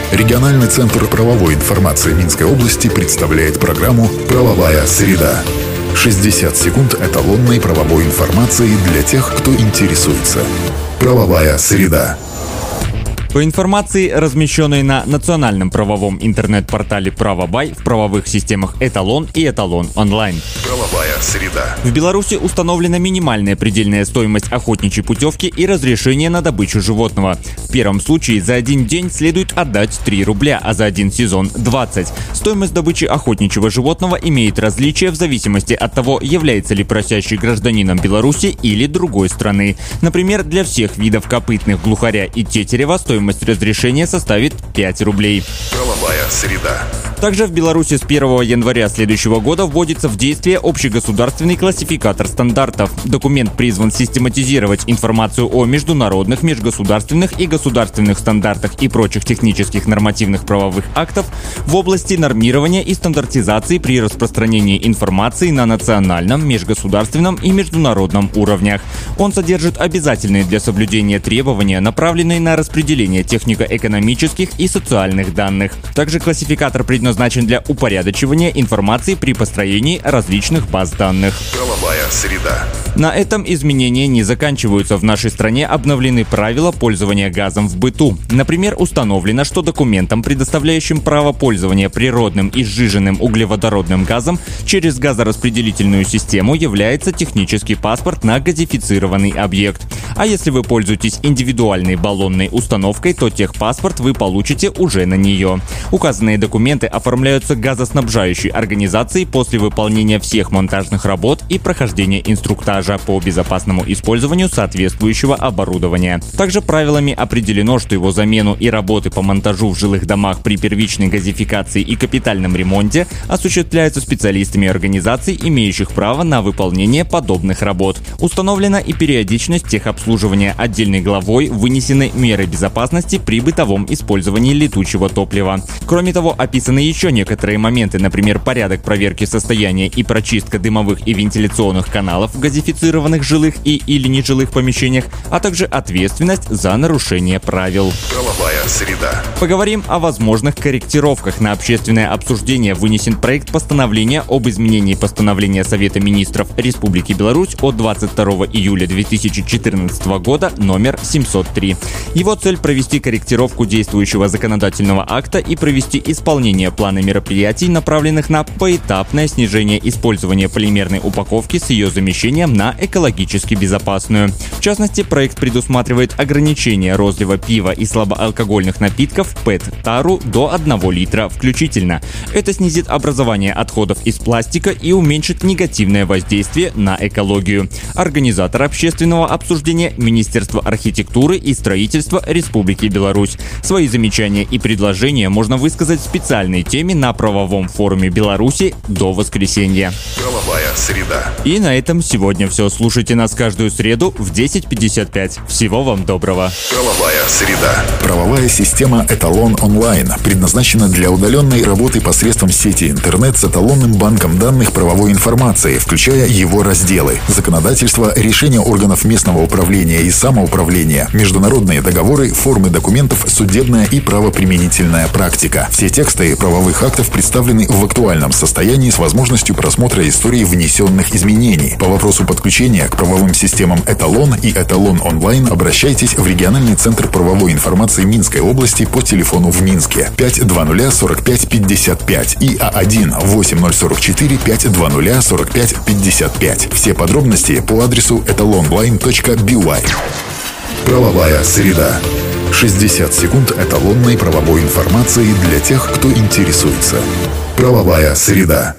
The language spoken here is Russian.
Региональный центр правовой информации Минской области представляет программу «Правовая среда». 60 секунд эталонной правовой информации для тех, кто интересуется. «Правовая среда». По информации, размещенной на национальном правовом интернет-портале «Правобай», в правовых системах «Эталон» и «Эталон онлайн». Правовая среда. В Беларуси установлена минимальная предельная стоимость охотничьей путевки и разрешение на добычу животного. В первом случае за один день следует отдать 3 рубля, а за один сезон – 20. Стоимость добычи охотничьего животного имеет различия в зависимости от того, является ли просящий гражданином Беларуси или другой страны. Например, для всех видов копытных, глухаря и тетерева стоимость разрешения составит 5 рублей. Правовая среда. Также в Беларуси с 1 января следующего года вводится в действие общегосударственный классификатор стандартов. Документ призван систематизировать информацию о международных, межгосударственных и государственных стандартах и прочих технических нормативных правовых актов в области нормирования и стандартизации при распространении информации на национальном, межгосударственном и международном уровнях. Он содержит обязательные для соблюдения требования, направленные на распределение технико-экономических и социальных данных. Также классификатор предназначен для упорядочивания информации при построении различных баз данных. Правовая среда. На этом изменения не заканчиваются. В нашей стране обновлены правила пользования газом в быту. Например, установлено, что документом, предоставляющим право пользования природным и сжиженным углеводородным газом через газораспределительную систему, является технический паспорт на газифицированный объект. А если вы пользуетесь индивидуальной баллонной установкой, то техпаспорт вы получите уже на нее. Указанные документы оформляются газоснабжающей организацией после выполнения всех монтажных работ и прохождения инструктажа по безопасному использованию соответствующего оборудования. Также правилами определено, что его замену и работы по монтажу в жилых домах при первичной газификации и капитальном ремонте осуществляются специалистами организаций, имеющих право на выполнение подобных работ. Установлена и периодичность техобслуживания. Отдельной главой вынесены меры безопасности при бытовом использовании летучего топлива. Кроме того, описаны еще некоторые моменты, например, порядок проверки состояния и прочистка дымовых и вентиляционных каналов в газифицированных жилых или нежилых помещениях, а также ответственность за нарушение правил. Правовая среда. Поговорим о возможных корректировках. На общественное обсуждение вынесен проект постановления об изменении постановления Совета министров Республики Беларусь от 22 июля 2014 года номер 703. Его цель – провести корректировку действующего законодательного акта и провести исполнение плана мероприятий, направленных на поэтапное снижение использования полимерной упаковки с ее замещением на экологически безопасную. В частности, проект предусматривает ограничение розлива пива и слабоалкогольных напитков ПЭТ-тару до 1 литра включительно. Это снизит образование отходов из пластика и уменьшит негативное воздействие на экологию. Организатор общественного обсуждения – Министерство архитектуры и строительства Республики Беларусь. Свои замечания и предложения можно высказать в специальной теме на правовом форуме Беларуси до воскресенья. Правовая среда. И на этом сегодня все. Слушайте нас каждую среду в 10:55. Всего вам доброго. Правовая среда. Правовая система «Эталон онлайн» предназначена для удаленной работы посредством сети интернет с эталонным банком данных правовой информации, включая его разделы: законодательство, решения органов местного управления и самоуправления, международные договоры, формы документов, судебная и правоприменительная практика. Все тексты правовых актов представлены в актуальном состоянии с возможностью просмотра истории внесенных изменений. По вопросу подключения к правовым системам «Эталон» и «Эталон онлайн» обращайтесь в региональный центр правовой информации Минской области по телефону в Минске 520-45-55 и А1-8044-520-45-55. Все подробности по адресу etalonline.by. Правовая среда. 60 секунд эталонной правовой информации для тех, кто интересуется. Правовая среда.